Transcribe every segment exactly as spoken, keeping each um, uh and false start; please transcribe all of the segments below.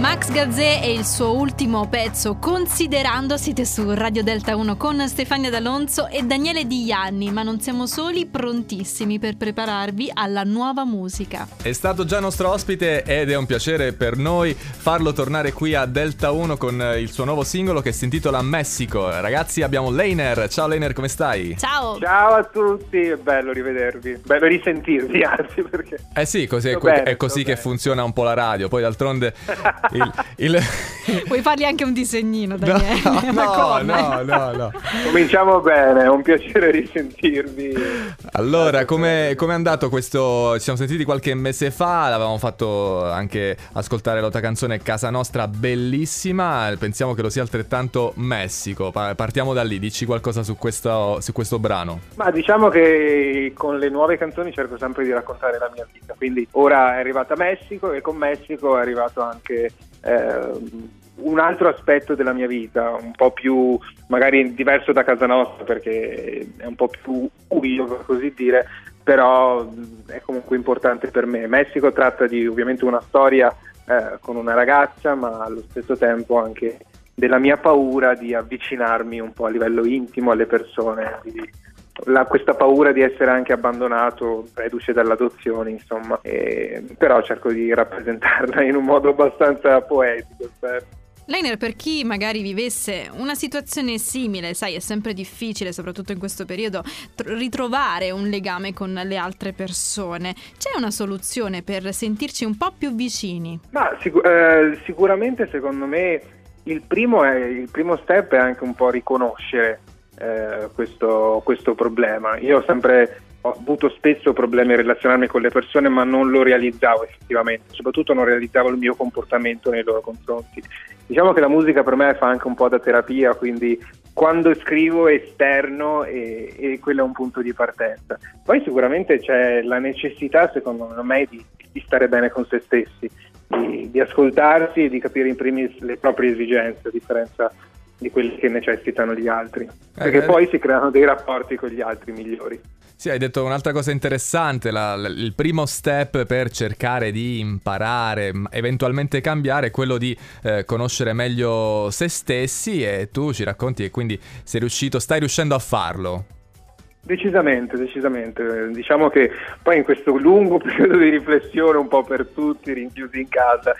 Max Gazzè e il suo ultimo pezzo Considerando. Siete su Radio Delta uno con Stefania D'Alonso e Daniele Di Ianni, ma non siamo soli, prontissimi per prepararvi alla nuova musica. È stato già nostro ospite ed è un piacere per noi farlo tornare qui a Delta uno con il suo nuovo singolo che si intitola Messico. Ragazzi, abbiamo Leiner. Ciao Leiner, come stai? Ciao. Ciao a tutti, è bello rivedervi, bello risentirvi anzi perché... Eh sì, così è, bene, è così che bene. funziona un po' la radio, poi d'altronde il... il... Vuoi fargli anche un disegnino, Daniele? No, Ma no, come? no, no, no. Cominciamo bene, è un piacere risentirvi. Allora, come è andato questo? Ci siamo sentiti qualche mese fa, l'avevamo fatto anche ascoltare la tua canzone Casa Nostra, bellissima. Pensiamo che lo sia altrettanto Messico. Pa- partiamo da lì, dici qualcosa su questo, su questo brano. Ma diciamo che con le nuove canzoni cerco sempre di raccontare la mia vita, quindi ora è arrivata Messico e con Messico è arrivato anche eh, un altro aspetto della mia vita, un po' più magari diverso da Casa Nostra perché è un po' più buio, per così dire, però è comunque importante per me. Messico tratta di ovviamente una storia eh, con una ragazza, ma allo stesso tempo anche della mia paura di avvicinarmi un po' a livello intimo alle persone, di, la, questa paura di essere anche abbandonato, reduce dall'adozione, insomma, e, però cerco di rappresentarla in un modo abbastanza poetico, spero. Leiner, per chi magari vivesse una situazione simile, sai, è sempre difficile, soprattutto in questo periodo, tr- ritrovare un legame con le altre persone. C'è una soluzione per sentirci un po' più vicini? Ma sic- eh, sicuramente, secondo me, il primo, è, il primo step è anche un po' riconoscere eh, questo, questo problema. Io ho sempre ho avuto spesso problemi a relazionarmi con le persone, ma non lo realizzavo effettivamente, soprattutto non realizzavo il mio comportamento nei loro confronti. Diciamo che la musica per me fa anche un po' da terapia, quindi quando scrivo esterno e, e quello è un punto di partenza. Poi sicuramente c'è la necessità, secondo me, di, di stare bene con se stessi, di, di ascoltarsi e di capire in primis le proprie esigenze, a differenza di quelle che necessitano gli altri, perché eh, poi si creano dei rapporti con gli altri migliori. Sì, hai detto un'altra cosa interessante, la, la, il primo step per cercare di imparare, eventualmente cambiare, è quello di eh, conoscere meglio se stessi, e tu ci racconti che quindi sei riuscito, stai riuscendo a farlo. Decisamente, decisamente. Diciamo che poi in questo lungo periodo di riflessione un po' per tutti, rinchiusi in casa,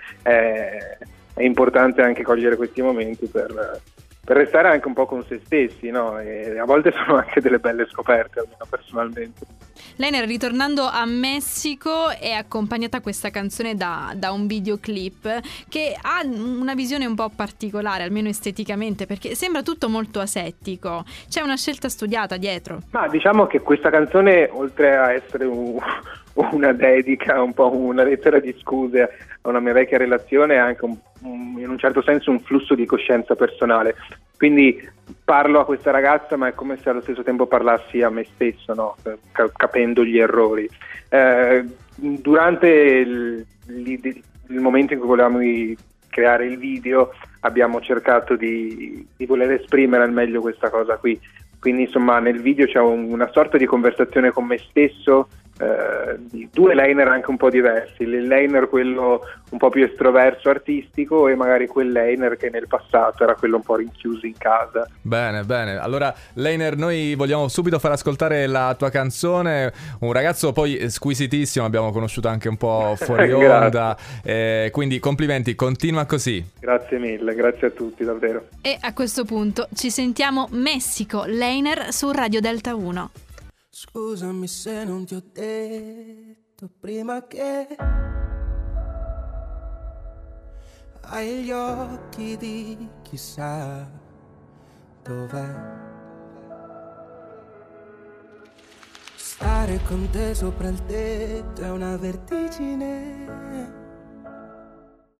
è, è importante anche cogliere questi momenti per... per restare anche un po' con se stessi, no? E a volte sono anche delle belle scoperte, almeno personalmente. Leiner, ritornando a Messico, è accompagnata questa canzone da, da un videoclip che ha una visione un po' particolare, almeno esteticamente, perché sembra tutto molto asettico. C'è una scelta studiata dietro? Ma diciamo che questa canzone, oltre a essere un, una dedica, un po' una lettera di scuse a una mia vecchia relazione, è anche un, un, in un certo senso un flusso di coscienza personale. Quindi parlo a questa ragazza, ma è come se allo stesso tempo parlassi a me stesso, no? Capendo gli errori. Eh, durante il, il, il momento in cui volevamo creare il video abbiamo cercato di, di voler esprimere al meglio questa cosa qui. Quindi insomma nel video c'è un, una sorta di conversazione con me stesso, eh, di due Leiner anche un po' diversi, il Leiner quello un po' più estroverso artistico e magari quel Leiner che nel passato era quello un po' rinchiuso in casa. Bene, bene. Allora Leiner, noi vogliamo subito far ascoltare la tua canzone, un ragazzo poi squisitissimo, abbiamo conosciuto anche un po' fuori onda, eh, quindi complimenti, continua così. Grazie mille, grazie a tutti davvero. E a questo punto ci sentiamo Messico, Leiner su Radio Delta uno. Scusami se non ti ho detto prima che hai gli occhi di chissà dov'è. Stare con te sopra il tetto è una vertigine.